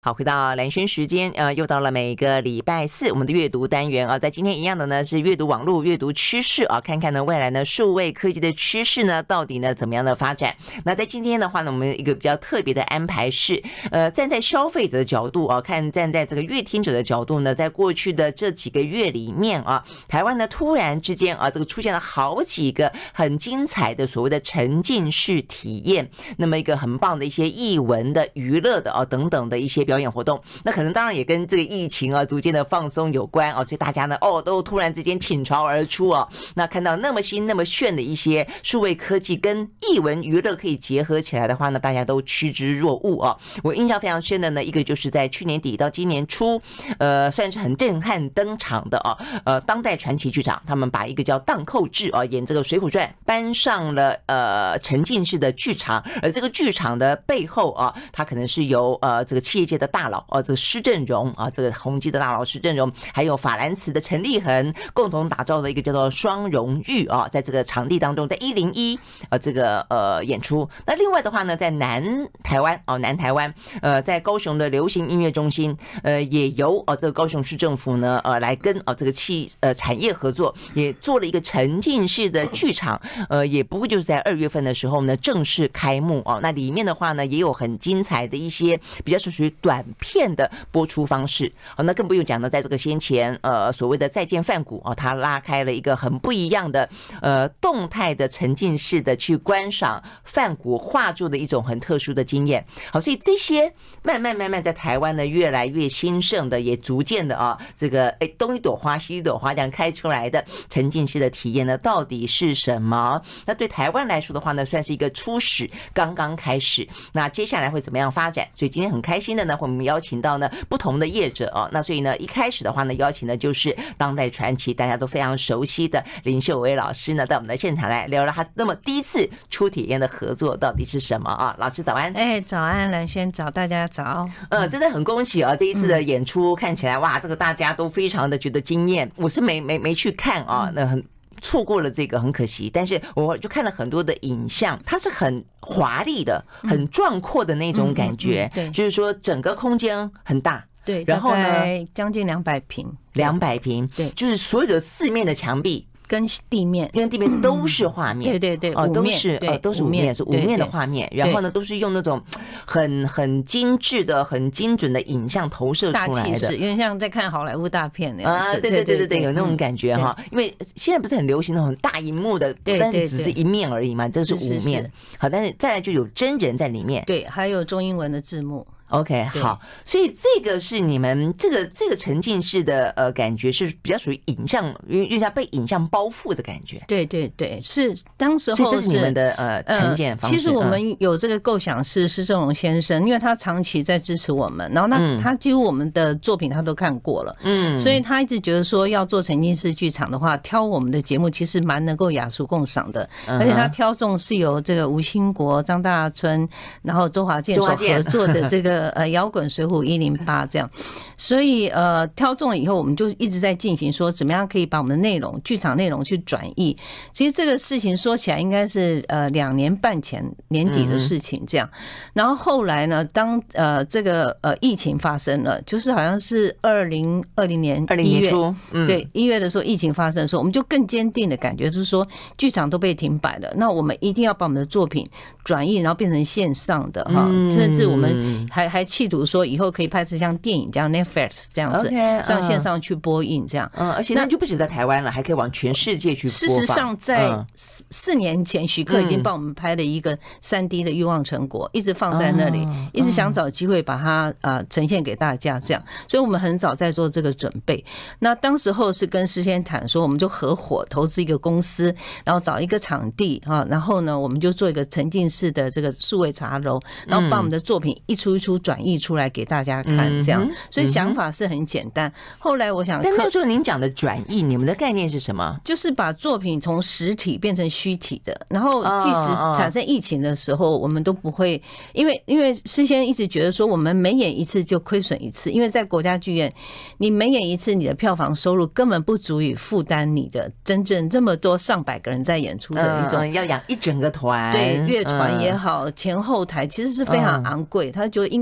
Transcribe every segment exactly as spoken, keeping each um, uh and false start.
好，回到蓝轩时间，呃，又到了每个礼拜四我们的阅读单元啊，在今天一样的呢是阅读网络、阅读趋势啊，看看呢未来呢数位科技的趋势呢到底呢怎么样的发展。那在今天的话呢，我们一个比较特别的安排是，呃，站在消费者的角度啊，看站在这个阅听者的角度呢，在过去的这几个月里面啊，台湾呢突然之间啊，这个出现了好几个很精彩的所谓的沉浸式体验，那么一个很棒的一些艺文的、娱乐的啊等等的一些表演活动，那可能当然也跟这个疫情啊逐渐的放松有关啊，所以大家呢哦都突然之间倾巢而出啊，那看到那么新那么炫的一些数位科技跟艺文娱乐可以结合起来的话呢，大家都趋之若鹜啊。我印象非常深的呢，一个就是在去年底到今年初，呃，算是很震撼登场的啊，呃，当代传奇剧场，他们把一个叫荡寇志啊演这个《水浒传》搬上了呃沉浸式的剧场，而这个剧场的背后啊，它可能是由呃这个企业界的大佬哦，这个施正荣啊，这个宏基的大佬施正荣，还有法兰茨的陈立恒共同打造的一个叫做双荣誉啊，在这个场地当中，在一零一呃这个呃演出。那另外的话呢，在南台湾哦，南台湾呃在高雄的流行音乐中心，呃也由哦这个高雄市政府呢呃来跟哦这个企呃产业合作，也做了一个沉浸式的剧场，呃也不过就是在二月份的时候呢正式开幕哦。那里面的话呢也有很精彩的一些比较是属于短片的播出方式，哦，那更不用讲呢，在这个先前呃所谓的再见梵谷哦，它拉开了一个很不一样的呃动态的沉浸式的去观赏梵谷画作的一种很特殊的经验。好，所以这些慢慢慢慢在台湾呢越来越兴盛的，也逐渐的啊这个哎东一朵花西一朵花这样开出来的沉浸式的体验呢，到底是什么？那对台湾来说的话呢，算是一个初始，刚刚开始。那接下来会怎么样发展？所以今天很开心的呢，我们邀请到呢不同的业者哦。那所以呢，一开始的话呢，邀请的就是当代传奇大家都非常熟悉的林秀薇老师呢，到我们的现场来聊聊他那么第一次初体验的合作到底是什么啊？老师早安。 哎，早安，蓝轩早，大家早。 呃，真的很恭喜啊！这一次的演出看起来哇，这个大家都非常的觉得惊艳。我是没没没去看啊，那很。错过了这个很可惜，但是我就看了很多的影像，它是很华丽的、很壮阔的那种感觉， 嗯嗯嗯、对， 就是说整个空间很大， 对， 然后呢， 将近两百平， 两百平， 对， 就是所有的四面的墙壁。 跟地面跟地面都是画面， 对对对， 哦，都是呃都是五面，是五面的画面，然后呢都是用那种很很精致的、很精准的影像投射出来的， 有点像在看好莱坞大片那样子。 啊，对对对对对，有那种感觉哈。因为现在不是很流行那种大荧幕的，但是只是一面而已嘛，这是五面。好，但是再来就有真人在里面， 对，还有中英文的字幕。 OK， 好，所以这个是你们这个这个沉浸式的呃感觉是比较属于影像，因为像被影像包覆的感觉。 对对对，是当时候是这是你们的呃呈现方式。 其实我们有这个构想是施正荣先生，因为他长期在支持我们，然后那他几乎我们的作品他都看过了，嗯，所以他一直觉得说要做沉浸式剧场的话，挑我们的节目其实蛮能够雅俗共赏的，而且他挑中是由这个吴兴国、张大春，然后周华健所合作的这个。呃，摇滚水浒一零八这样，所以呃，挑中了以后，我们就一直在进行说，怎么样可以把我们的内容、剧场内容去转译。其实这个事情说起来，应该是呃两年半前年底的事情这样。然后后来呢，当呃这个呃疫情发生了，就是好像是二零二零年一月， 嗯、 对一月的时候，疫情发生的时候，我们就更坚定的感觉就是说，剧场都被停摆了，那我们一定要把我们的作品转译，然后变成线上的哈，甚至我们还还企图说以后可以拍成像电影这样 Netflix 这样子上线上去播映这样， 嗯，而且那就不止在台湾了，还可以往全世界去播放。 事实上，在四年前，许克已经帮我们拍了一个三 D 的欲望成果，一直放在那里，一直想找机会把它呃呈现给大家这样，所以我们很早在做这个准备。那当时候是跟施先谈说，我们就合伙投资一个公司，然后找一个场地啊，然后呢，我们就做一个沉浸式的这个数位茶楼，然后把我们的作品一出一出转译出来给大家看，这样，所以想法是很简单。后来我想， 但那时候您讲的转译，你们的概念是什么？ 就是把作品从实体变成虚体的，然后即使产生疫情的时候，我们都不会，因为因为施先一直觉得说，我们每演一次就亏损一次，因为在国家剧院，你每演一次，你的票房收入根本不足以负担你的真正这么多上百个人在演出的一种， 嗯、要养一整个团， 对，乐团也好，前后台其实是非常昂贵，他就应该。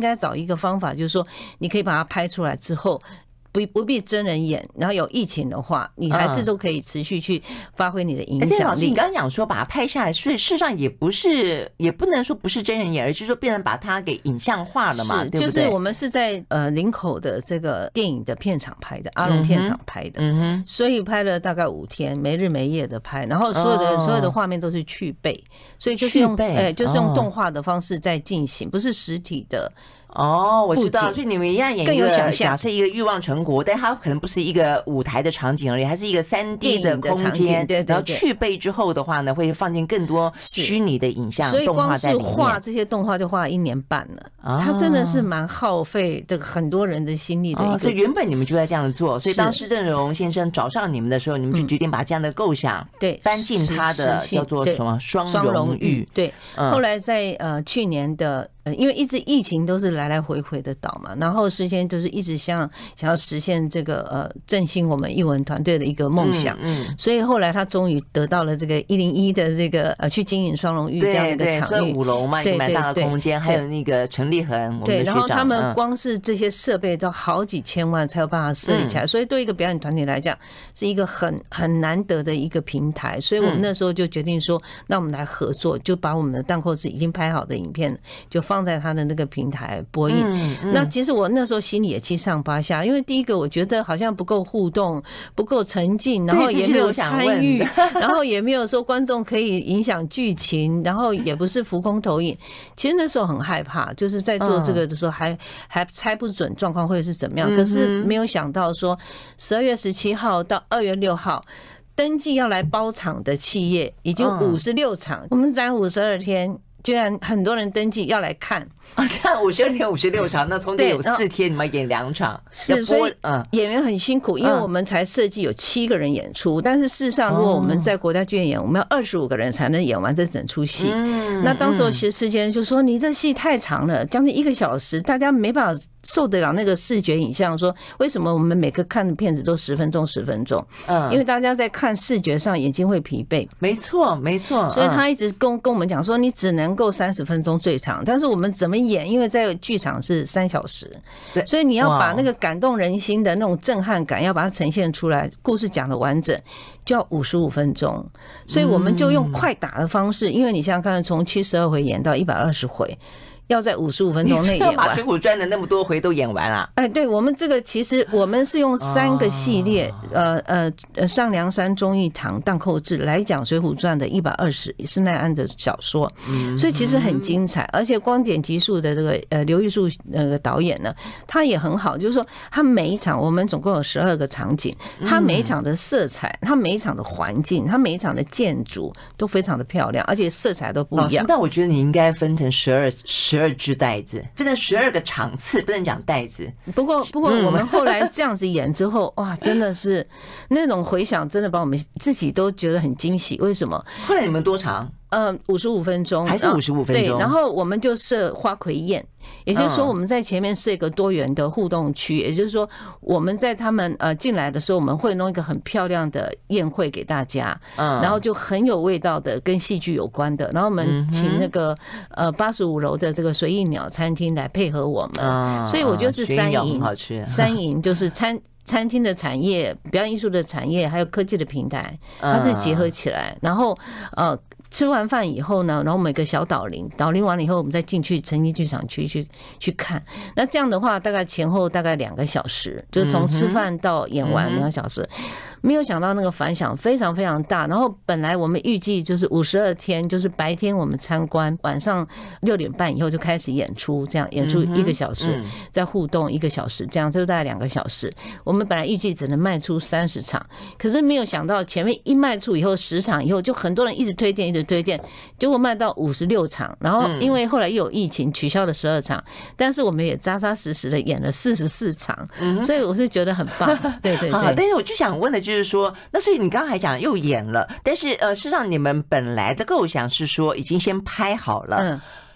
该找一个方法，就是说你可以把它拍出来之后。不不必真人演，然后有疫情的话，你还是都可以持续去发挥你的影响力。 你刚刚讲说把它拍下来，所以事实上也不是，也不能说不是真人演，而是说变成把它给影像化了嘛，对不对？ 就是我们是在呃林口的这个电影的片场拍的，阿龙片场拍的，嗯哼，所以拍了大概五天，没日没夜的拍，然后所有的、哦、所有的画面都是去背，所以就是用哎、呃、就是用动画的方式在进行，不是实体的。 哦，我知道，所以你们一样演一个更有想象， 假设一个欲望成国，但它可能不是一个舞台的场景而已，还是一个三 D 的空间。 对对对。 然后去背之后的话呢，会放进更多虚拟的影像、动画在里面。 所以光是画这些动画就画了一年半了，哦、它真的是蛮耗费这个很多人的心力的一个、哦。 所以原本你们就在这样做，所以当施正荣先生找上你们的时候，你们就决定把这样的构想对搬进他的叫做什么双荣誉。 对，嗯、后来在呃去年的。呃，因为一直疫情都是来来回回的倒嘛，然后事先就是一直想想要实现这个呃振兴我们艺文团队的一个梦想，嗯，嗯所以后来他终于得到了这个一零一的这个呃去经营双荣誉这样的一个场域， 五楼嘛，一个蛮大的空间，还有那个陈立恒， 对，然后他们光是这些设备都好几千万才有办法设立起来，嗯、所以对一个表演团体来讲是一个很很难得的一个平台，所以我们那时候就决定说，那我们来合作，就把我们的荡寇志已经拍好的影片就放。放在他的那个平台播映，嗯嗯、那其实我那时候心里也七上八下，因为第一个我觉得好像不够互动，不够沉浸，然后也没有参与，然后也没有说观众可以影响剧情，然后也不是浮空投影。其实那时候很害怕，就是在做这个的时候还还猜不准状况会是怎么样，可是没有想到说十二月十七号到二月六号。登记要来包场的企业已经五十六场，我们展五十二天。居然很多人登记要来看啊！这样五十二天五十六场，那中间有四天你们演两场， 是所以演员很辛苦，因为我们才设计有七个人演出，但是事实上如果我们在国家剧院演，我们要二十五个人才能演完这整出戏。那当时其实时间就说你这戏太长了，将近一个小时，大家没办法受得了那个视觉影像。说为什么我们每个看的片子都十分钟十分钟？嗯，因为大家在看视觉上眼睛会疲惫。 没错，没错。 所以他一直跟跟我们讲说，你只能够三十分钟最长，但是我们怎么演？因为在剧场是三小时，所以你要把那个感动人心的那种震撼感，要把它呈现出来，故事讲的完整，就要五十五分钟。所以我们就用快打的方式，因为你想想看，从七十二回演到一百二十回。要在五十五分钟内演完， 把《水浒传》的那么多回都演完了。 哎，对，我们这个其实我们是用三个系列，呃呃呃，上梁山、忠义堂、荡寇志来讲《水浒传》的一百二十施耐庵的小说，所以其实很精彩。而且光点集数的这个呃刘玉树那个导演呢，他也很好，就是说他每一场我们总共有十二个场景，他每一场的色彩，他每一场的环境，他每一场的建筑都非常的漂亮，而且色彩都不一样。 但我觉得你应该分成十二十。十二只袋子，真的十二个场次，不能讲袋子。 不过，不过我们后来这样子演之后，哇，真的是那种回响，真的把我们自己都觉得很惊喜。为什么？ 后来你们多长？ 呃，五十五分钟， 还是五十五分钟？ 对，然后我们就设花魁宴，也就是说我们在前面设一个多元的互动区，也就是说我们在他们呃进来的时候，我们会弄一个很漂亮的宴会给大家，嗯，然后就很有味道的跟戏剧有关的，然后我们请那个呃八十五楼的这个随意鸟餐厅来配合我们，所以我觉得是三赢，三赢就是餐。餐厅的产业、表演艺术的产业，还有科技的平台，它是结合起来。然后，呃，吃完饭以后呢，然后每个小导聆，导聆完了以后，我们再进去沉浸剧场区去去看。那这样的话，大概前后大概两个小时，就是从吃饭到演完两个小时。没有想到那个反响非常非常大，然后本来我们预计就是五十二天，就是白天我们参观，晚上六点半以后就开始演出，这样演出一个小时，再互动一个小时，这样就大概两个小时。我们本来预计只能卖出三十场，可是没有想到前面一卖出以后十场以后，就很多人一直推荐一直推荐，结果卖到五十六场，然后因为后来又有疫情取消了十二场，但是我们也扎扎实实的演了四十四场，所以我是觉得很棒。对对对， 但是我就想问的就是。就是说，那所以你刚刚还讲又演了，但是呃，事实上你们本来的构想是说已经先拍好了，嗯，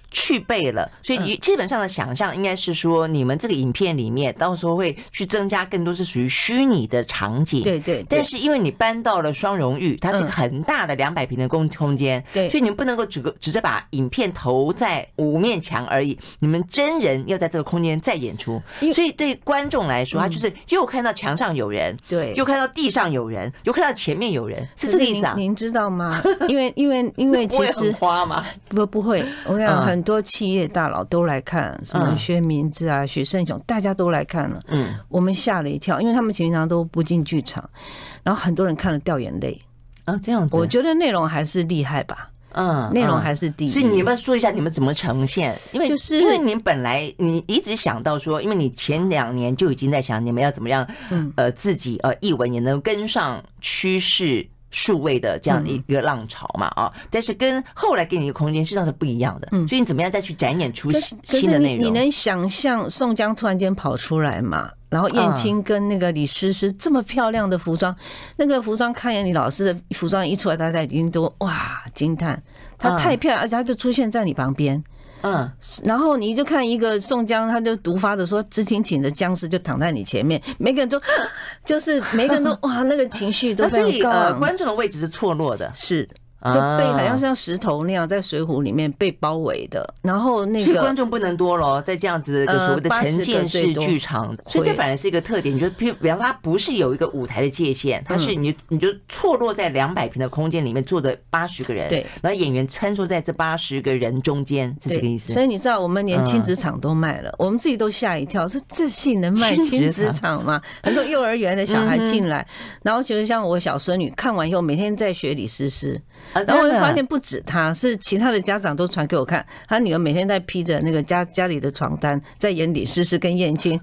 去背了，所以基本上的想象应该是说，你们这个影片里面到时候会去增加更多是属于虚拟的场景。 对 对, 对。 但是因为你搬到了双荣誉，它是一个很大的两百平的空空间，对，所以你们不能够只只是把影片投在五面墙而已，你们真人要在这个空间再演出。所以对观众来说，他就是又看到墙上有人，对，又看到地上有人，又看到前面有人，是这个意思啊？ 您知道吗？因为因为因为其实花吗？ 不不会，我跟你讲，很多企业大佬都来看，什么薛明志啊、许胜雄，大家都来看了。嗯，我们吓了一跳，因为他们平常都不进剧场，然后很多人看了掉眼泪啊，这样子。 我觉得内容还是厉害吧。嗯，内容还是第一。 所以你要不要说一下你们怎么呈现？因为就是因为你本来你一直想到说，因为你前两年就已经在想你们要怎么样，呃，自己呃艺文也能够跟上趋势。数位的这样一个浪潮嘛啊，但是跟后来给你一个空间实际上是不一样的，所以你怎么样再去展演出新的内容？ 你能想象宋江突然间跑出来嘛？然后燕青跟那个李诗诗这么漂亮的服装，那个服装看见李老师的服装一出来，大家已经都哇惊叹，她太漂亮，而且她就出现在你旁边。嗯，然后你就看一个宋江，他就毒发的说直挺挺的僵尸就躺在你前面，每个人都就是每个人都哇那个情绪都非常高昂， 呃，观众的位置是错落的， 是。就被好像像石头那样在水浒里面被包围的，然后那个所以观众不能多咯，在这样子的一个所谓的沉浸式剧场，所以这反而是一个特点。你就比方它不是有一个舞台的界限，它是你你就错落在两百平的空间里面坐着八十个人，对，然后演员穿梭在这八十个人中间，是这个意思。 所以你知道我们连亲子场都卖了，我们自己都吓一跳，说这戏能卖亲子场吗？很多幼儿园的小孩进来，然后觉得像我小孙女看完以后每天在学李诗诗。然后我就发现不止他，是其他的家长都传给我看，他女儿每天在披着那个家家里的床单，在演李诗诗跟燕青。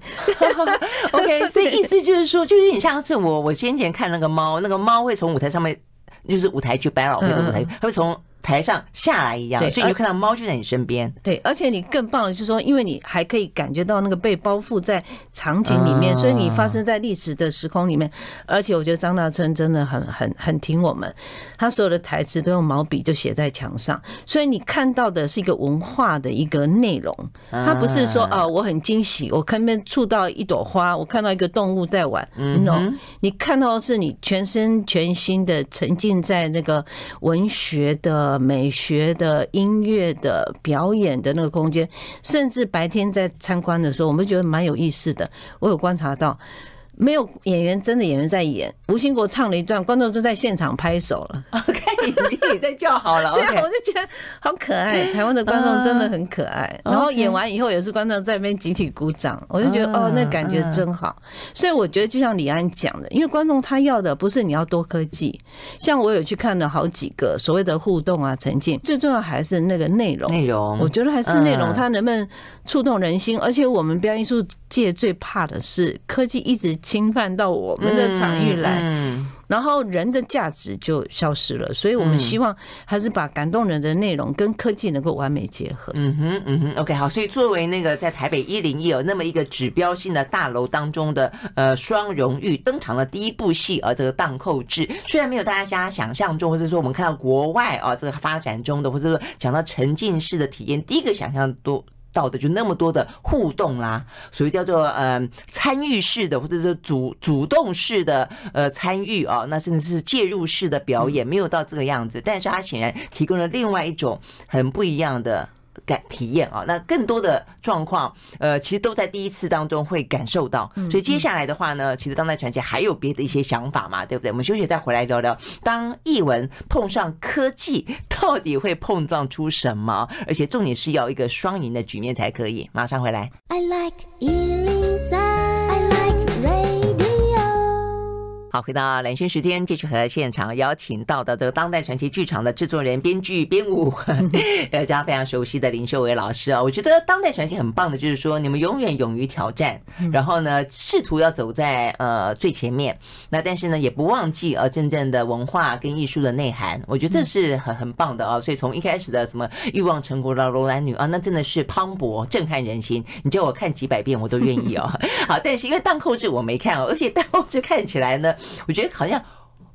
OK， 所以意思就是说，就有点像是我我先前看那个猫，那个猫会从舞台上面，就是舞台剧百老汇的舞台剧，它会从台上下来一样，所以你就看到猫就在你身边。 对，而且你更棒的就是说，因为你还可以感觉到那个被包覆在场景里面，所以你发生在历史的时空里面。而且我觉得张大春真的很很很挺我们，他所有的台词都用毛笔就写在墙上，所以你看到的是一个文化的一个内容，他不是说哦我很惊喜，我看边触到一朵花，我看到一个动物在玩 ，no， 你看到的是你全身全心的沉浸在那个文学的。美学的、音乐的、表演的那个空间，甚至白天在参观的时候，我们觉得蛮有意思的。我有观察到，没有演员真的演员在演，吴兴国唱了一段，观众就在现场拍手了。 OK， 你也在叫好了。 对啊，我就觉得好可爱，台湾的观众真的很可爱。然后演完以后，也是观众在那边集体鼓掌，我就觉得哦，那感觉真好。所以我觉得就像李安讲的，因为观众他要的不是你要多科技，像我有去看了好几个所谓的互动啊、沉浸，最重要还是那个内容。 内容， 我觉得还是内容，它能不能触动人心？而且我们表演艺术界最怕的是科技一直侵犯到我们的场域来。嗯然后人的价值就消失了，所以我们希望还是把感动人的内容跟科技能够完美结合。 嗯哼，嗯哼 ，OK， 好。所以作为那个在台北一零一有那么一个指标性的大楼当中的呃双荣誉登场的第一部戏啊，这个荡寇志，虽然没有大家想象中，或者说我们看到国外啊这个发展中的，或者说讲到沉浸式的体验，第一个想象多。到的就那么多的互动啦，所以叫做呃参与式的或者是主主动式的呃参与啊，那甚至是介入式的表演，没有到这个样子，但是它显然提供了另外一种很不一样的感体验啊，那更多的状况，呃，其实都在第一次当中会感受到，所以接下来的话呢，其实当代传奇还有别的一些想法嘛，对不对？我们休息再回来聊聊，当艺文碰上科技，到底会碰撞出什么？而且重点是要一个双赢的局面才可以。马上回来。I like 一零三 I like radio。好，回到蓝轩时间，继续和现场邀请到的这个当代传奇剧场的制作人、编剧、编舞，大家非常熟悉的林秀伟老师啊。我觉得当代传奇很棒的，就是说你们永远勇于挑战，然后呢，试图要走在呃最前面。那但是呢，也不忘记呃真正的文化跟艺术的内涵。我觉得这是很很棒的啊。所以从一开始的什么欲望成国的楼兰女啊，那真的是磅礴震撼人心。你叫我看几百遍我都愿意哦。好，但是因为荡寇志我没看哦，而且荡寇志看起来呢。我觉得好像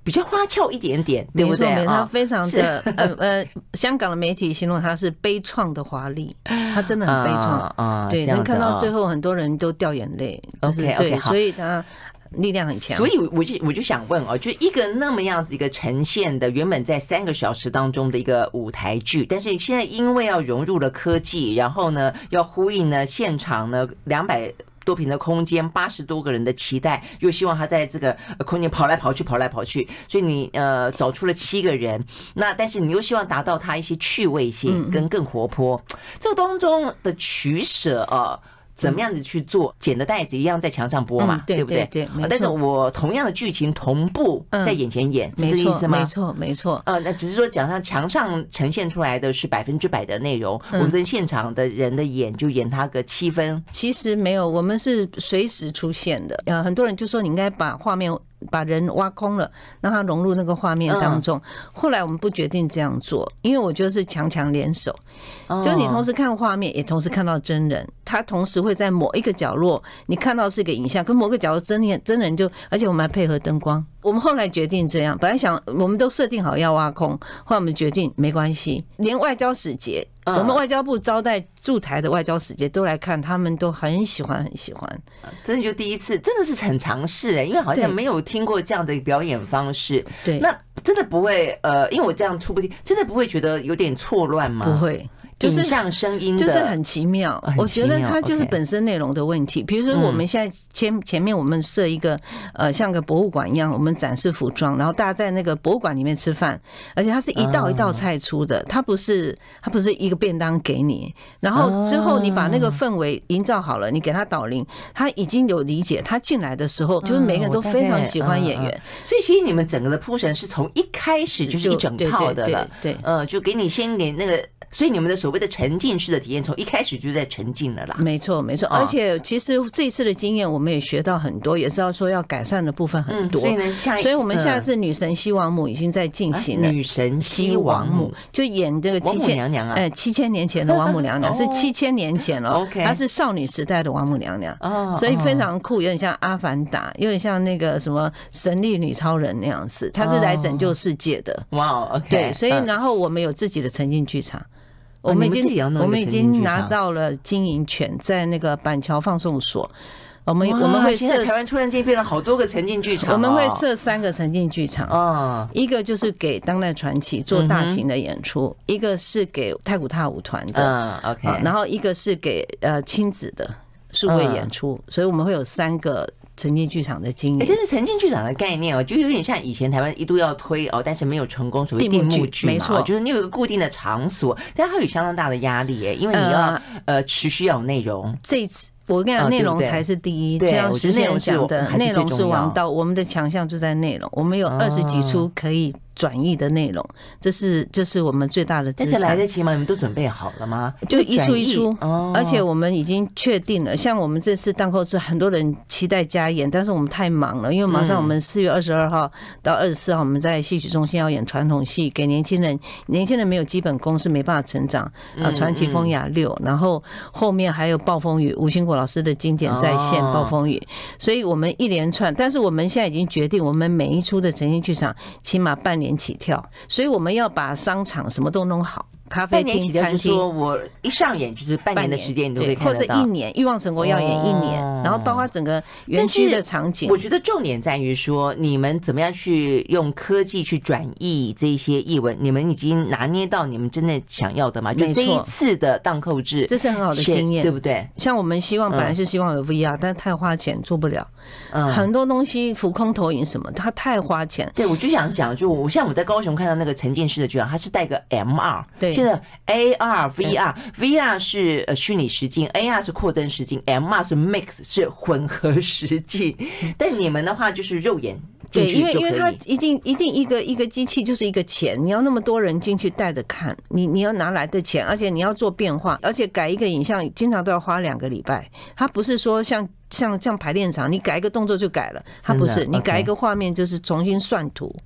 比较花俏一点点，对不对？ 没错，他非常的呃呃，香港的媒体形容他是悲怆的华丽，他真的很悲怆啊、呃呃，对，能看到最后很多人都掉眼泪，就是 OK, 对， okay, 所以他力量很强。 所以我就我就想问哦，就一个那么样子一个呈现的，原本在三个小时当中的一个舞台剧，但是现在因为要融入了科技，然后呢要呼应呢现场呢两百。多平的空间，八十多个人的期待，又希望他在这个空间跑来跑去，跑来跑去，所以你呃找出了七个人，那但是你又希望达到他一些趣味性跟更活泼，嗯、这个当中的取舍啊。怎么样子去做？剪的带子一样在墙上播嘛， 嗯、对对不对？ 对，对， 但是我同样的剧情同步在眼前演， 嗯、 是这个意思吗？ 没错，没错。 呃，那只是说讲上墙上呈现出来的是百分之百的内容， 嗯、 我跟现场的人的演就演他个七分。 其实没有，我们是随时出现的。呃，很多人就说你应该把画面。把人挖空了，让他融入那个画面当中。后来我们不决定这样做，因为我觉得是强强联手，就是你同时看画面，也同时看到真人，他同时会在某一个角落，你看到是一个影像，跟某个角落真人真人就，而且我们还配合灯光。我们后来决定这样，本来想我们都设定好要挖空，后来我们决定没关系，连外交使节。我们外交部招待驻台的外交使节都来看，他们都很喜欢很喜欢， 真的就第一次，真的是很尝试哎，因为好像没有听过这样的表演方式。 对， 那真的不会呃，因为我这样初步听，真的不会觉得有点错乱吗？ 不会。就是影像声音就是很奇妙，我觉得它就是本身内容的问题。比如说我们现在前前面我们设一个呃像个博物馆一样，我们展示服装，然后大家在那个博物馆里面吃饭，而且它是一道一道菜出的，它不是它不是一个便当给你，然后之后你把那个氛围营造好了，你给他导聆，他已经有理解，他进来的时候就是每个人都非常喜欢演员， 所以其实你们整个的铺陈是从一开始就是一整套的了， 对， 呃，就给你先给那个。所以你们的所谓的沉浸式的体验，从一开始就在沉浸了啦。 没错，没错。而且其实这一次的经验，我们也学到很多，也知道说要改善的部分很多。 嗯、所以呢，下一所以我们下次女神西王母已经在进行了。 啊、女神西王母就演这个七千娘娘啊， 呃，七千年前的王母娘娘、哦、是七千年前了。 OK， 她是少女时代的王母娘娘。 哦， 所以非常酷，有点像阿凡达，有点像那个什么神力女超人那样子。她是来拯救世界的。 哇、哦、，OK。 对，所以然后我们有自己的沉浸剧场。我们已经我们已经拿到了经营权，在那个板桥放送所，我们我们会设台湾突然间变了好多个沉浸剧场、哦， 我们会设三个沉浸剧场， 哦， 一个就是给当代传奇做大型的演出，嗯、一个是给太古踏舞团的， 嗯 ，OK， 然后一个是给呃亲子的数位演出，嗯、所以我们会有三个。沉浸剧场的经营， 哎，这是沉浸剧场的概念哦，就有点像以前台湾一度要推哦，但是没有成功，所谓定目剧嘛， 没错， 就是你有一个固定的场所，但它有相当大的压力哎，因为你要呃持续要有内容。 这一次我跟你讲，内容才是第一，就像实践讲的，内容是王道，我们的强项就在内容，我们有二十几出可以转译的内容，这是这是我们最大的资产。 但是来得及吗？你们都准备好了吗？ 就一出一出，而且我们已经确定了。像我们这次档口是很多人期待加演，但是我们太忙了，因为马上我们四月二十二号到二十四号，我们在戏曲中心要演传统戏，给年轻人，年轻人没有基本功是没办法成长啊。传奇风雅六，然后后面还有暴风雨，吴兴国老师的经典再现暴风雨，所以我们一连串，但是我们现在已经决定，我们每一出的沉浸剧场起码半年起跳，所以我们要把商场什么都弄好，咖啡厅、餐厅。 说我一上演就是半年的时间，你都可以看得到， 或者一年，欲望成国要演一年，然后包括整个园区的场景。 我觉得重点在于说，你们怎么样去用科技去转译这些艺文，你们已经拿捏到你们真的想要的吗？就这一次的档扣制， 这是很好的经验， 对不对？ 像我们希望本来是希望有 V R， 但太花钱做不了。很多东西浮空投影什么，它太花钱。 对，我就想讲，就我像我在高雄看到那个沉浸式的剧场，它是带个 M R， 对， 现在 A R、V R，V R 是呃虚拟实境 ，A R 是扩增实境 ，M R 是 mix 是混合实境。但你们的话就是肉眼。 对，因为因为它一定一定一个一个机器就是一个钱，你要那么多人进去带着看，你你要拿来的钱，而且你要做变化，而且改一个影像经常都要花两个礼拜，它不是说像像像排练场，你改一个动作就改了，它不是，你改一个画面就是重新算图。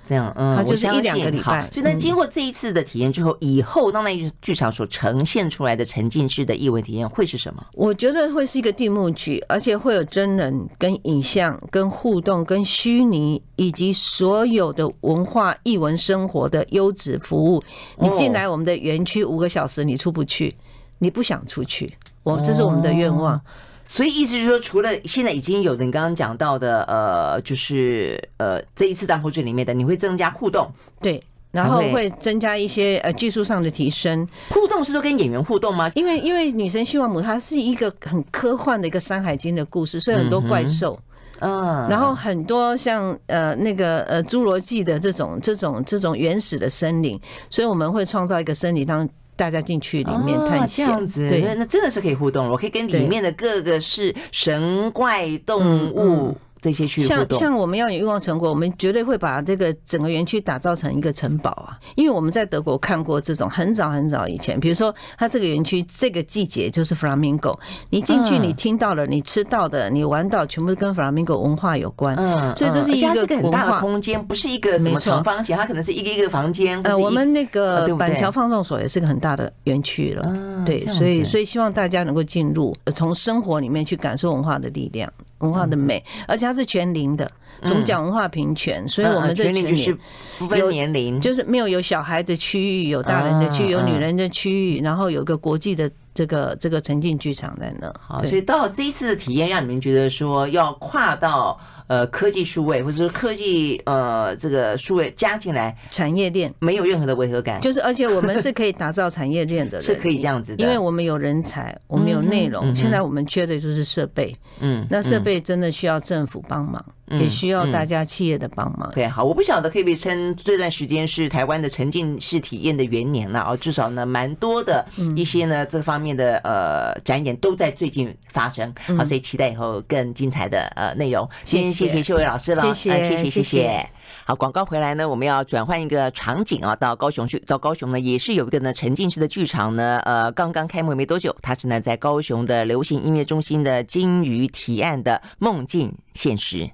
这样，嗯， 它就是一两个礼拜。 所以呢，经过这一次的体验之后，以后当代艺术剧场所呈现出来的沉浸式的艺文体验会是什么？ 我觉得会是一个地幕剧，而且会有真人、跟影像、跟互动、跟虚拟，以及所有的文化、艺文生活的优质服务。你进来我们的园区五个小时，你出不去，你不想出去，我这是我们的愿望。哦， 所以意思就是说，除了现在已经有的你刚刚讲到的，呃，就是呃这一次大后剧里面的，你会增加互动， 对，然后会增加一些呃技术上的提升。 互动是都跟演员互动吗？ 因为因为女神西王母它是一个很科幻的一个《山海经》的故事，所以很多怪兽。嗯，然后很多像呃那个呃侏罗纪的这种这种这种原始的森林，所以我们会创造一个森林让大家进去里面探险。 哦，这样子，对，那真的是可以互动了。我可以跟里面的各个是神怪动物。这些去互动，像像我们要有欲望成果，我们绝对会把这个整个园区打造成一个城堡啊！因为我们在德国看过这种很早很早以前，比如说它这个园区这个季节就是 Flamingo， 你进去你听到了，你吃到的，你玩到，全部跟 Flamingo 文化有关。嗯，所以这是一个很大的空间，不是一个什么长方形，它可能是一个一个房间。 呃，我们那个板桥放送所也是个很大的园区了。嗯，对，所以所以希望大家能够进入，从生活里面去感受文化的力量。文化的美，而且它是全龄的，我们讲文化平权，所以我们的全龄就是不分年龄， 就是没有有小孩的区域，有大人的区域，有女人的区域，然后有个国际的这个这个沉浸剧场在那。 好，所以到这一次的体验，让你们觉得说要跨到呃科技数位，或者说科技呃这个数位加进来产业链， 没有任何的违和感。 就是而且我们是可以打造产业链的人， 是可以这样子的， 因为我们有人才，我们有内容。现在我们缺的就是设备，嗯，那设备真的需要政府帮忙。也需要大家企业的帮忙。 对，好，我不晓得可以不可以称这段时间是台湾的沉浸式体验的元年了哦，至少呢，蛮多的一些呢这方面的呃展演都在最近发生。好，所以期待以后更精彩的呃内容。先谢谢秀薇老师了， 谢谢， 谢谢，谢谢。好，广告回来呢，我们要转换一个场景啊，到高雄去。到高雄呢，也是有一个呢沉浸式的剧场呢，呃，刚刚开幕没多久，它是呢在高雄的流行音乐中心的金鱼提案的梦境现实。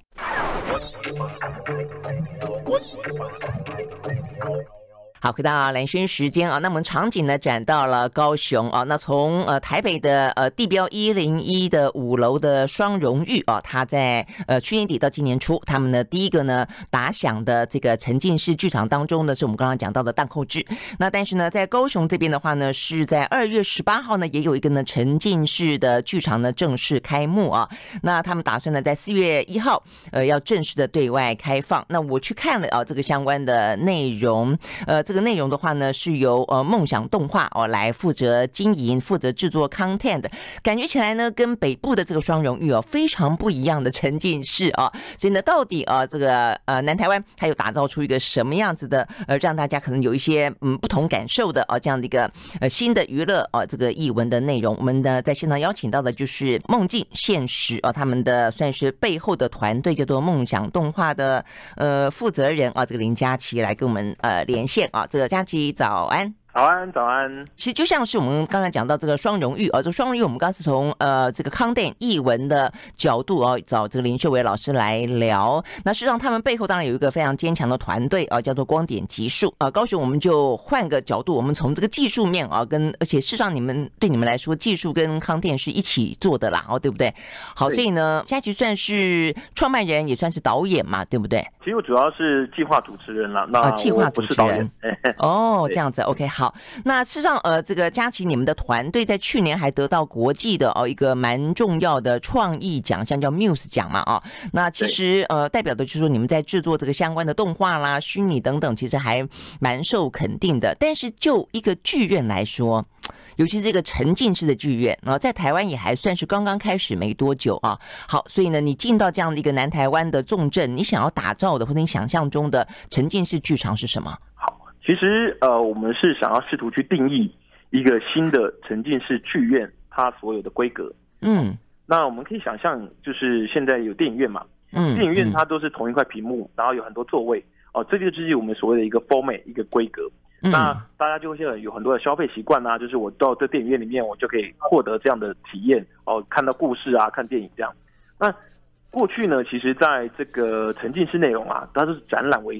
好，回到蓝轩时间啊，那我们场景呢转到了高雄啊，那从呃台北的呃地标一零一的五楼的双荣誉啊，它在呃去年底到今年初，他们呢第一个呢打响的这个沉浸式剧场当中呢，是我们刚刚讲到的荡寇志。那但是呢，在高雄这边的话呢，是在二月十八号呢，也有一个呢沉浸式的剧场呢正式开幕啊。那他们打算呢在四月一号呃要正式的对外开放。那我去看了啊这个相关的内容，呃这个。这个内容的话呢，是由呃梦想动画哦来负责经营、负责制作 content 的，感觉起来呢，跟北部的这个双荣誉哦非常不一样的沉浸式啊。所以呢，到底啊这个呃南台湾它有打造出一个什么样子的呃让大家可能有一些嗯不同感受的啊这样的一个呃新的娱乐啊这个艺文的内容，我们呢在现场邀请到的就是梦境现实啊他们的算是背后的团队叫做梦想动画的呃负责人啊这个林佳琪来跟我们呃连线啊。这个佳琪早安， 早安，早安。 其实就像是我们刚才讲到这个双荣誉啊，这双荣誉我们刚是从呃这个康电艺文的角度哦，找这个林秀薇老师来聊。那事实上他们背后当然有一个非常坚强的团队啊，叫做光点技术啊。高雄我们就换个角度，我们从这个技术面啊，跟而且事实上你们对你们来说，技术跟康电是一起做的啦，哦，对不对？好，所以呢，佳琪算是创办人，也算是导演嘛，对不对？ 其实我主要是计划主持人啦，那啊，计划主持人哦，这样子 ，OK， 好。那事实上，呃，这个佳琪，你们的团队在去年还得到国际的哦一个蛮重要的创意奖项，叫 Muse 奖嘛，啊，那其实呃代表的就是说你们在制作这个相关的动画啦、虚拟等等，其实还蛮受肯定的。但是就一个剧院来说，尤其是这个沉浸式的剧院啊，在台湾也还算是刚刚开始没多久啊。好，所以呢，你进到这样的一个南台湾的重镇，你想要打造的或者你想象中的沉浸式剧场是什么？ 好，其实呃，我们是想要试图去定义一个新的沉浸式剧院它所有的规格。嗯，那我们可以想象，就是现在有电影院嘛，嗯，电影院它都是同一块屏幕，然后有很多座位哦，这个就是我们所谓的一个 format 一个规格。那大家就会有很多的消费习惯啊，就是我到这电影院里面，我就可以获得这样的体验哦，看到故事啊，看电影这样。那过去呢，其实在这个沉浸式内容啊，它是展览为主，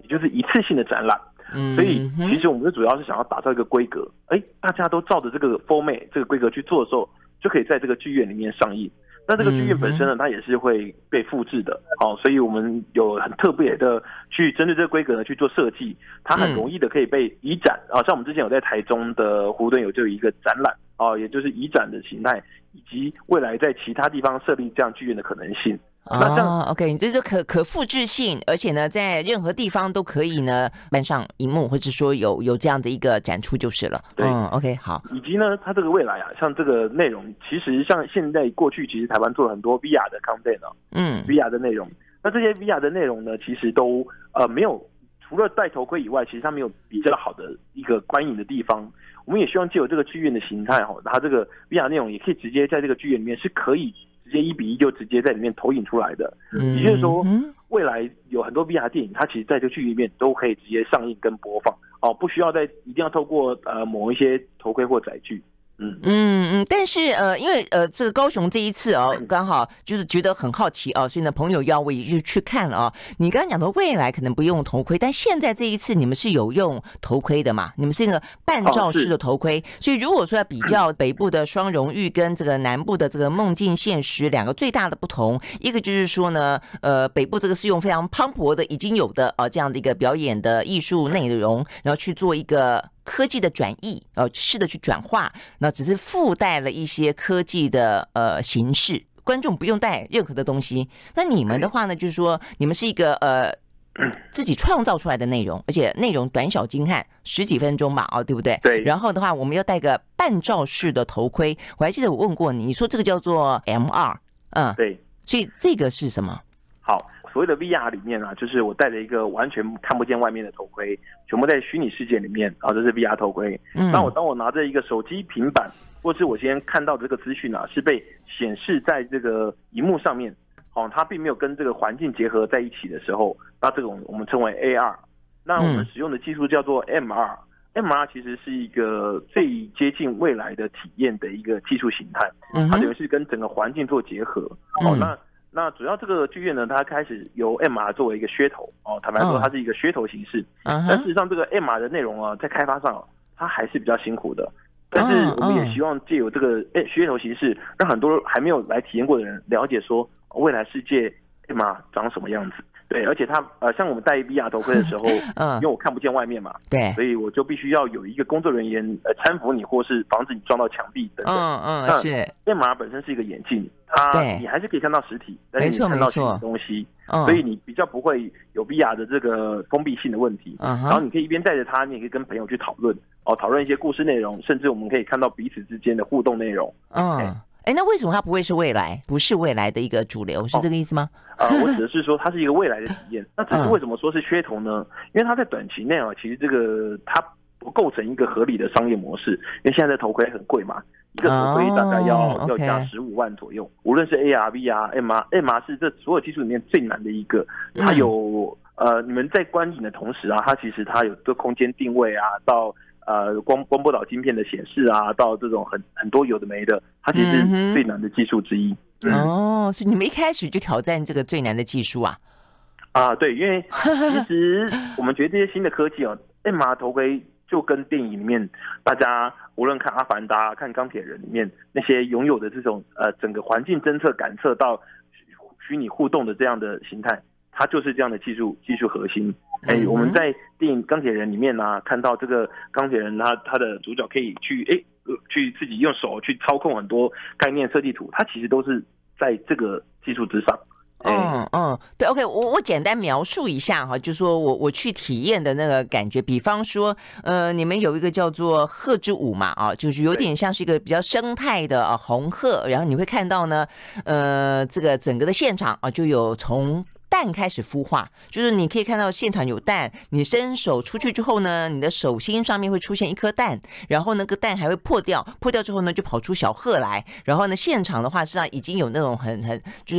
也就是一次性的展览。 嗯， 所以其实我们主要是想要打造一个规格，哎，大家都照着这个 format 这个规格去做的时候，就可以在这个剧院里面上映。那这个剧院本身呢，它也是会被复制的，好、哦，所以我们有很特别的去针对这个规格呢去做设计，它很容易的可以被移展啊、哦，像我们之前有在台中的葫芦墩有就有一个展览啊、哦，也就是移展的形态，以及未来在其他地方设立这样剧院的可能性。 那这样、哦、OK， 这就可可复制性，而且呢，在任何地方都可以呢搬上荧幕，或者说有有这样的一个展出就是了。 对、 嗯、，OK， 好。 以及呢，它这个未来啊，像这个内容，其实像现在过去，其实台湾做了很多 V R 的 content 啊，嗯 ，V R 的内容。那这些 V R 的内容呢，其实都呃没有，除了戴头盔以外，其实它没有比较好的一个观影的地方。我们也希望借由这个剧院的形态哈，它这个 V R 内容也可以直接在这个剧院里面是可以。直接一比一就直接在里面投影出来的，也就是说，未来有很多 V R 电影，它其实在这个剧里面都可以直接上映跟播放，哦，不需要再一定要透过呃某一些头盔或载具。嗯嗯嗯，但是呃，因为呃，这个高雄这一次哦，刚好就是觉得很好奇哦，所以呢，朋友邀我也就去看了啊。你刚刚讲的未来可能不用头盔，但现在这一次你们是有用头盔的嘛？你们是一个半罩式的头盔，哦、所以如果说要比较北部的双荣誉跟这个南部的这个梦境现实两个最大的不同，一个就是说呢，呃，北部这个是用非常磅礴的已经有的呃这样的一个表演的艺术内容，然后去做一个。科技的转译，呃，试着去转化，那只是附带了一些科技的呃形式，观众不用带任何的东西。那你们的话呢，就是说你们是一个呃自己创造出来的内容，而且内容短小精悍，十几分钟吧，哦，对不对？ 对。 然后的话，我们要戴个半罩式的头盔，我还记得我问过你，你说这个叫做 M R， 嗯， 对。 所以这个是什么？ 好。所谓的 V R 里面啊，就是我戴着一个完全看不见外面的头盔，全部在虚拟世界里面啊，这是 V R 头盔。嗯，那我当我拿着一个手机、平板，或是我先看到这个资讯啊，是被显示在这个荧幕上面，哦，它并没有跟这个环境结合在一起的时候，那这种我们称为 A R。那我们使用的技术叫做 M R。M R 其实是一个最接近未来的体验的一个技术形态，它等于是跟整个环境做结合。哦，那。那主要这个剧院呢，它开始由 M R 作为一个噱头哦，坦白说它是一个噱头形式，嗯、但事实上这个 M R 的内容啊，在开发上它还是比较辛苦的。但是我们也希望借由这个噱头形式，让很多还没有来体验过的人了解说未来世界 M R 长什么样子。对，而且它呃，像我们戴 V R 头盔的时候，嗯，因为我看不见外面嘛， 对， 所以我就必须要有一个工作人员呃搀扶你，或是防止你撞到墙壁等等。 嗯嗯，是。 M R 本身是一个眼镜，它你还是可以看到实体，但是你看到虚拟东西， 嗯， 所以你比较不会有 V R 的这个封闭性的问题。嗯，然后你可以一边带着它，你也可以跟朋友去讨论哦，讨论一些故事内容，甚至我们可以看到彼此之间的互动内容。 嗯。哎，那为什么它不会是未来？不是未来的一个主流，是这个意思吗？ 啊、呃，我指的是说它是一个未来的体验。那这是为什么说是噱头呢？因为它在短期内啊，其实这个它不构成一个合理的商业模式。因为现在的头盔很贵嘛，一个头盔大概要、oh, 要价十五万左右。无论是 A R、V R、M R，M R 是这所有技术里面最难的一个。它有、嗯、呃，你们在观影的同时啊，它其实它有这空间定位啊，到。呃，光光波导晶片的显示啊，到这种很很多有的没的，它其实是最难的技术之一。 嗯嗯、哦，是你们一开始就挑战这个最难的技术啊？ 啊，对，因为其实我们觉得这些新的科技哦 ，M R 头盔就跟电影里面大家无论看《阿凡达》、看《钢铁人》里面那些拥有的这种呃整个环境侦测、感测到虚拟互动的这样的形态，它就是这样的技术技术核心。哎、欸，我们在电影《钢铁人》里面呢、啊，看到这个钢铁人他他的主角可以去哎、欸、去自己用手去操控很多概念设计图，它其实都是在这个技术之上。 嗯嗯，对 ，OK， 我我简单描述一下哈，就是说我我去体验的那个感觉，比方说，呃，你们有一个叫做鹤之舞嘛，啊，就是有点像是一个比较生态的啊红鹤，然后你会看到呢，呃，这个整个的现场啊，就有从蛋开始孵化，就是你可以看到现场有蛋，你伸手出去之后呢，你的手心上面会出现一颗蛋，然后那个蛋还会破掉，破掉之后呢，就跑出小鹤来，然后呢，现场的话实际上已经有那种很很就是。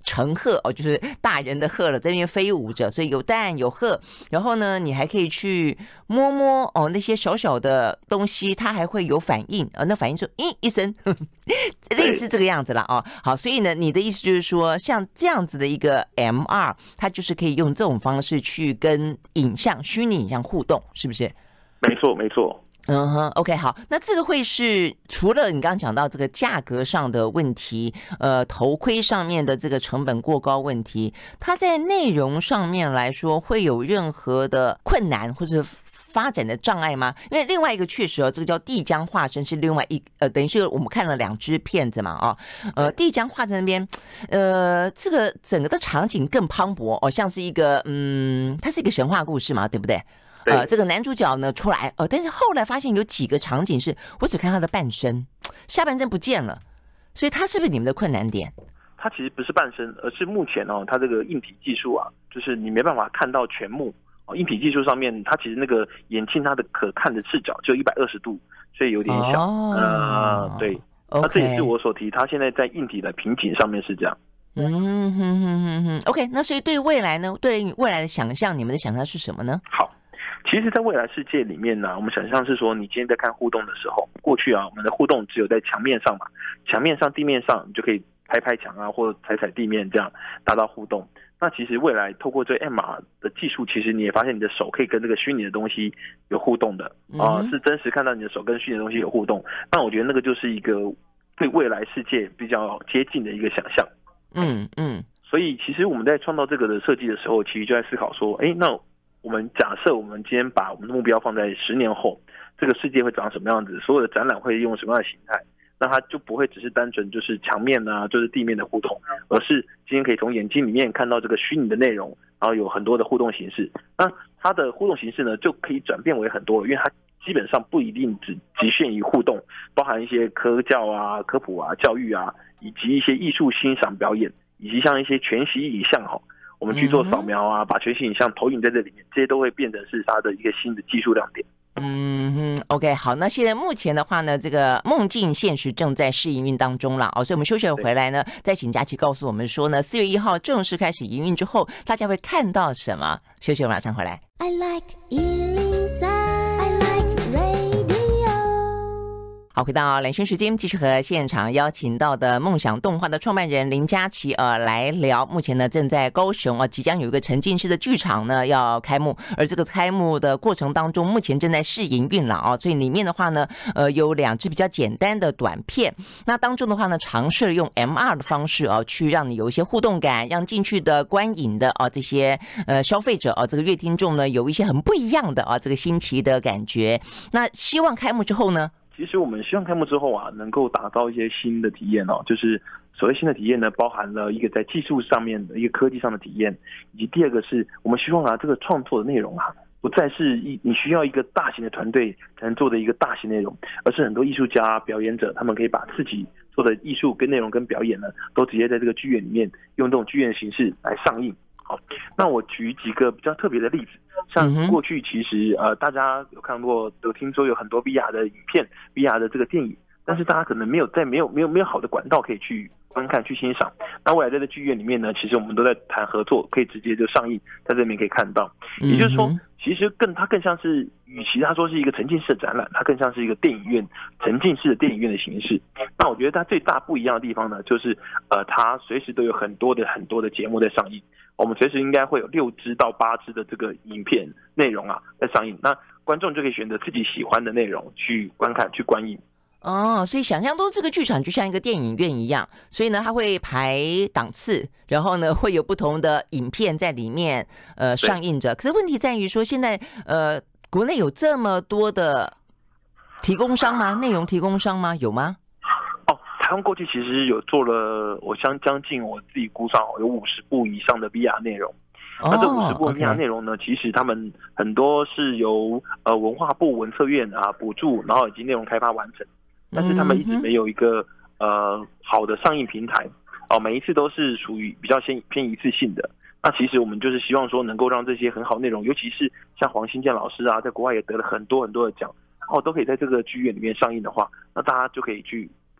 橙鹤哦，就是大人的鹤了，在那边飞舞着，所以有蛋有鹤，然后呢，你还可以去摸摸哦那些小小的东西，它还会有反应啊、哦，那反应说咦一声，呵呵类似这个样子啦哦。好，所以呢，你的意思就是说，像这样子的一个 M R， 它就是可以用这种方式去跟影像、虚拟影像互动，是不是？ 没错，没错。 嗯哼 ，OK， 好，那这个会是除了你刚刚讲到这个价格上的问题，呃，头盔上面的这个成本过高问题，它在内容上面来说会有任何的困难或者发展的障碍吗？因为另外一个确实哦，这个叫帝江化身是另外一呃，等于是我们看了两支片子嘛，啊、哦，呃，帝江化身那边，呃，这个整个的场景更磅礴哦，像是一个嗯，它是一个神话故事嘛，对不对？呃，这个男主角呢出来，呃，但是后来发现有几个场景是我只看他的半身，下半身不见了，所以他是不是你们的困难点？ 它其实不是半身，而是目前哦，它这个硬体技术啊，就是你没办法看到全幕哦。硬体技术上面，它其实那个眼镜它的可看的视角只有一百二十度，所以有点小。哦、呃，对，那、okay. 这也是我所提，它现在在硬体的瓶颈上面是这样。 嗯哼哼哼哼 ，OK， 那所以对未来呢？对未来的想象，你们的想象是什么呢？ 好。其实，在未来世界里面呢，我们想象是说，你今天在看互动的时候，过去啊，我们的互动只有在墙面上嘛，墙面上、地面上，你就可以拍拍墙啊，或者踩踩地面，这样达到互动。那其实未来透过这 M R 的技术，其实你也发现你的手可以跟这个虚拟的东西有互动的啊、呃，是真实看到你的手跟虚拟的东西有互动。那我觉得那个就是一个对未来世界比较接近的一个想象。 嗯嗯。 所以其实我们在创造这个的设计的时候，其实就在思考说，哎，那我们假设我们今天把我们的目标放在十年后，这个世界会长什么样子？所有的展览会用什么样的形态？那它就不会只是单纯就是墙面啊，就是地面的互动，而是今天可以从眼睛里面看到这个虚拟的内容，然后有很多的互动形式。那它的互动形式呢，就可以转变为很多了，因为它基本上不一定只局限于互动，包含一些科教啊、科普啊、教育啊，以及一些艺术欣赏表演，以及像一些全息影像哈。我们去做扫描啊，把全息影像投影在这里面，这些都会变成是它的一个新的技术亮点。 嗯哼 ，OK， 好，那现在目前的话呢，这个梦境现实正在试营运当中了哦，所以我们休息回来呢，再请佳琪告诉我们说呢，四月一号正式开始营运之后，大家会看到什么？休息，我马上回来。I like 一零三 I like radio。好，回到蓝轩时间，继续和现场邀请到的梦想动画的创办人林佳琪呃来聊。目前呢，正在高雄啊，即将有一个沉浸式的剧场呢要开幕，而这个开幕的过程当中，目前正在试营运了啊。所以里面的话呢，呃，有两支比较简单的短片，那当中的话呢，尝试用 M R 的方式啊，去让你有一些互动感，让进去的观影的啊这些呃消费者啊，这个乐听众呢，有一些很不一样的啊这个新奇的感觉。那希望开幕之后呢？ 其实我们希望开幕之后啊，能够打造一些新的体验哦，就是所谓新的体验呢，包含了一个在技术上面的一个科技上的体验，以及第二个是我们希望啊，这个创作的内容啊，不再是一你需要一个大型的团队才能做的一个大型内容，而是很多艺术家、表演者，他们可以把自己做的艺术跟内容跟表演呢，都直接在这个剧院里面用这种剧院的形式来上映。好，那我举几个比较特别的例子，像过去其实呃大家有看过，有听说有很多 V R 的影片、V R 的这个电影，但是大家可能没有在没有没有没有好的管道可以去观看、去欣赏。那未来在这剧院里面呢，其实我们都在谈合作，可以直接就上映，在这边可以看到。也就是说，其实更它更像是，与其他说是一个沉浸式的展览，它更像是一个电影院沉浸式的电影院的形式。那我觉得它最大不一样的地方呢，就是呃，它随时都有很多的很多的节目在上映。我们随时应该会有六支到八支的这个影片内容啊在上映，那观众就可以选择自己喜欢的内容去观看、去观影。 哦，所以想象中这个剧场就像一个电影院一样，所以呢，它会排档次，然后呢，会有不同的影片在里面呃上映着。可是问题在于说，现在呃，国内有这么多的提供商吗？内容提供商吗？有吗？ 哦，台湾过去其实有做了，我相将近我自己估算有五十部以上的 V R 内容。那这五十部 V R 内容呢， okay. 其实他们很多是由呃文化部文策院啊补助，然后以及内容开发完成。但是他们一直没有一个呃好的上映平台哦，每一次都是属于比较先偏一次性的。那其实我们就是希望说能够让这些很好内容，尤其是像黄新建老师啊，在国外也得了很多很多的奖哦，都可以在这个剧院里面上映的话，那大家就可以去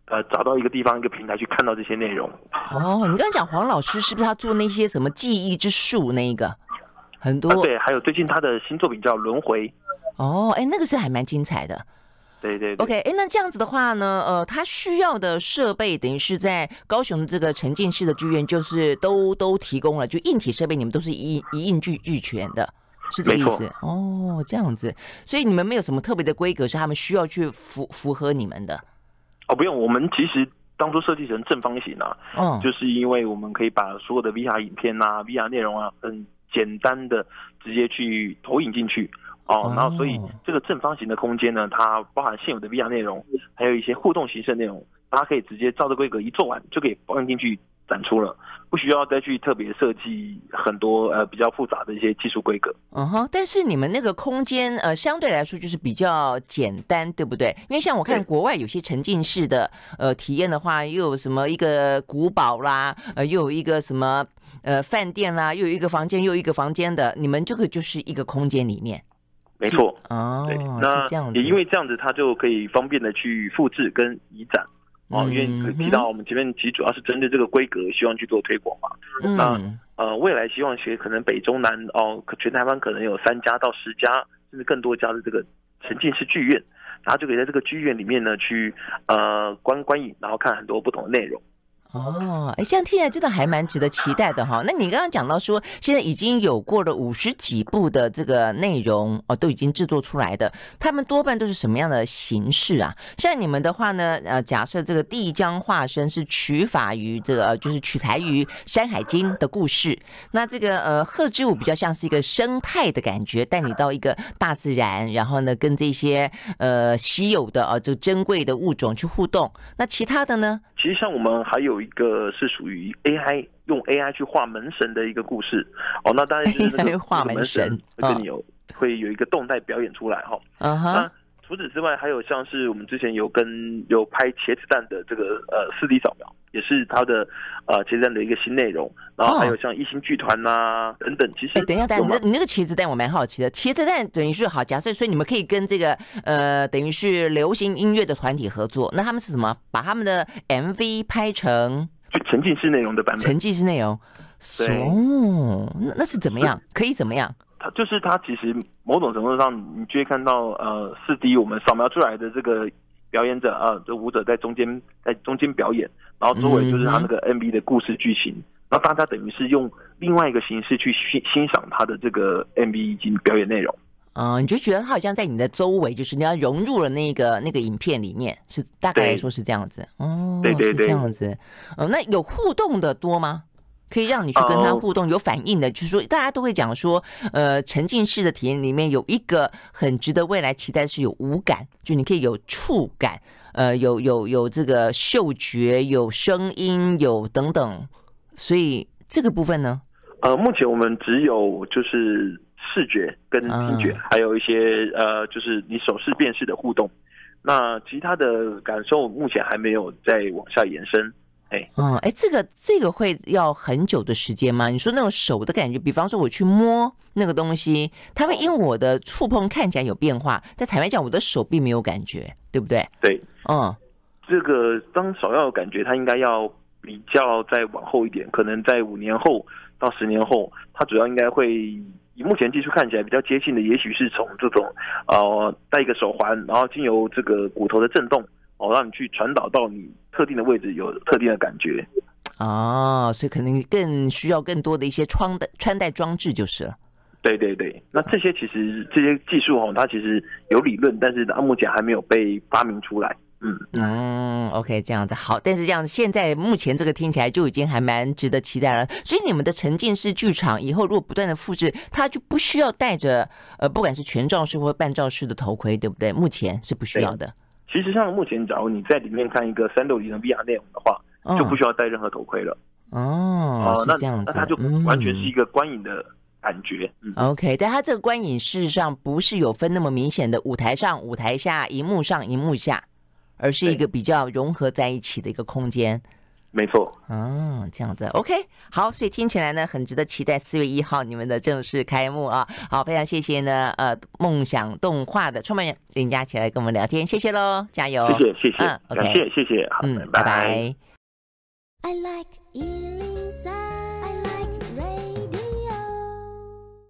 呃找到一个地方一个平台去看到这些内容。 哦，你刚刚讲黄老师是不是他做那些什么记忆之术那一个很多、 啊？对，还有最近他的新作品叫《轮回》。 哦，哎，那个是还蛮精彩的。 对对对 ，OK， 哎，那这样子的话呢，呃，他需要的设备等于是在高雄的这个沉浸式的剧院，就是都都提供了，就硬体设备你们都是一一应俱俱全的，是这个意思？哦，这样子，所以你们没有什么特别的规格是他们需要去符符合你们的？ 哦，不用，我们其实当初设计成正方形啊，嗯，就是因为我们可以把所有的 V R 影片啊、V R 内容啊，很简单的直接去投影进去。哦，然后所以这个正方形的空间呢，它包含现有的 V R 内容，还有一些互动形式的内容，大家可以直接照着规格一做完，就可以放进去展出了，不需要再去特别设计很多呃比较复杂的一些技术规格。 嗯哼，但是你们那个空间呃相对来说就是比较简单，对不对？因为像我看国外有些沉浸式的呃体验的话，又有什么一个古堡啦，呃又有一个什么呃饭店啦，又有一个房间又有一个房间的，你们这个就是一个空间里面。 没错， 哦， 对，那也因为这样子，它就可以方便的去复制跟移展哦。因为提到我们前面其实主要是针对这个规格，希望去做推广嘛。嗯、那呃，未来希望学可能北中南哦，全台湾可能有三家到十家，甚至更多家的这个沉浸式剧院，然后就可以在这个剧院里面呢去呃观观影，然后看很多不同的内容。 哦，哎，这样听起来真的还蛮值得期待的哈。那你刚刚讲到说，现在已经有过了五十几部的这个内容哦，都已经制作出来的，他们多半都是什么样的形式啊？像你们的话呢，呃，假设这个帝江化身是取法于这个，就是取材于《山海经》的故事，那这个呃鹤之舞比较像是一个生态的感觉，带你到一个大自然，然后呢跟这些呃稀有的啊、呃、这珍贵的物种去互动。那其他的呢？ 其实像我们还有一个是属于 A I 用 A I 去画门神的一个故事哦，那当然就是那个画门神会跟你有、哦、会有一个动态表演出来哈。嗯哼。那除此之外，还有像是我们之前有跟有拍茄子蛋的这个呃四 D 扫描，也是它的呃茄子蛋的一个新内容。然后还有像一星剧团呐、啊、等等。其实， 哎，等一下，等一下，你那个茄子蛋我蛮好奇的。茄子蛋等于是好，假设所以你们可以跟这个呃等于是流行音乐的团体合作，那他们是什么？把他们的 M V 拍成就沉浸式内容的版本。 沉浸式内容。 对。 哦，那那是怎么样？可以怎么样？ 它就是它其实某种程度上，你就会看到呃四 D 我们扫描出来的这个表演者啊，这舞者在中间在中间表演，然后周围就是他那个 M V 的故事剧情，然后大家等于是用另外一个形式去欣欣赏他的这个 M V 以及表演内容。 嗯、呃，你就觉得他好像在你的周围，就是你要融入了那个那个影片里面，是大概来说是这样子。哦， 对对对， 是这样子。嗯、呃，那有互动的多吗？可以让你去跟他互动，有反应的，就是说大家都会讲说，呃，沉浸式的体验里面有一个很值得未来期待是有五感，就你可以有触感，呃，有有有这个嗅觉，有声音，有等等，所以这个部分呢， 呃，目前我们只有就是视觉跟听觉，嗯、还有一些呃，就是你手势辨识的互动，那其他的感受目前还没有再往下延伸。 嗯，哎，这个这个会要很久的时间吗？你说那种手的感觉，比方说我去摸那个东西，它会因为我的触碰看起来有变化，但坦白讲，我的手并没有感觉，对不对？ 对， 嗯， 这个当手要有感觉，它应该要比较再往后一点，可能在五年后到十年后，它主要应该会以目前技术看起来比较接近的，也许是从这种呃戴一个手环，然后经由这个骨头的震动。哦，让你去传导到你特定的位置，有特定的感觉。 哦，所以可能更需要更多的一些穿戴穿戴装置就是了。 对对对，那这些其实这些技术哦，它其实有理论，但是它目前还没有被发明出来。嗯嗯 ，OK， 这样子好，但是这样现在目前这个听起来就已经还蛮值得期待了。所以你们的沉浸式剧场以后如果不断的复制，它就不需要戴着呃不管是全罩式或半罩式的头盔，对不对？目前是不需要的。 其实像目前，假如你在里面看一个三六零的 V R 内容的话，哦、就不需要戴任何头盔了。 哦，是这样子， 那那它就完全是一个观影的感觉。 嗯、OK， 但它这个观影事实上不是有分那么明显的舞台上、舞台下、荧幕上、荧幕下，而是一个比较融合在一起的一个空间。 没错。 哦，这样子 ，OK， 好，所以听起来呢，很值得期待四月一号你们的正式开幕啊！好，非常谢谢呢，呃，梦想动画的创办人林佳琪来跟我们聊天，谢谢喽，加油！ 谢谢谢谢， 嗯， 感谢谢谢，好， 嗯， 拜拜拜。 I like one oh three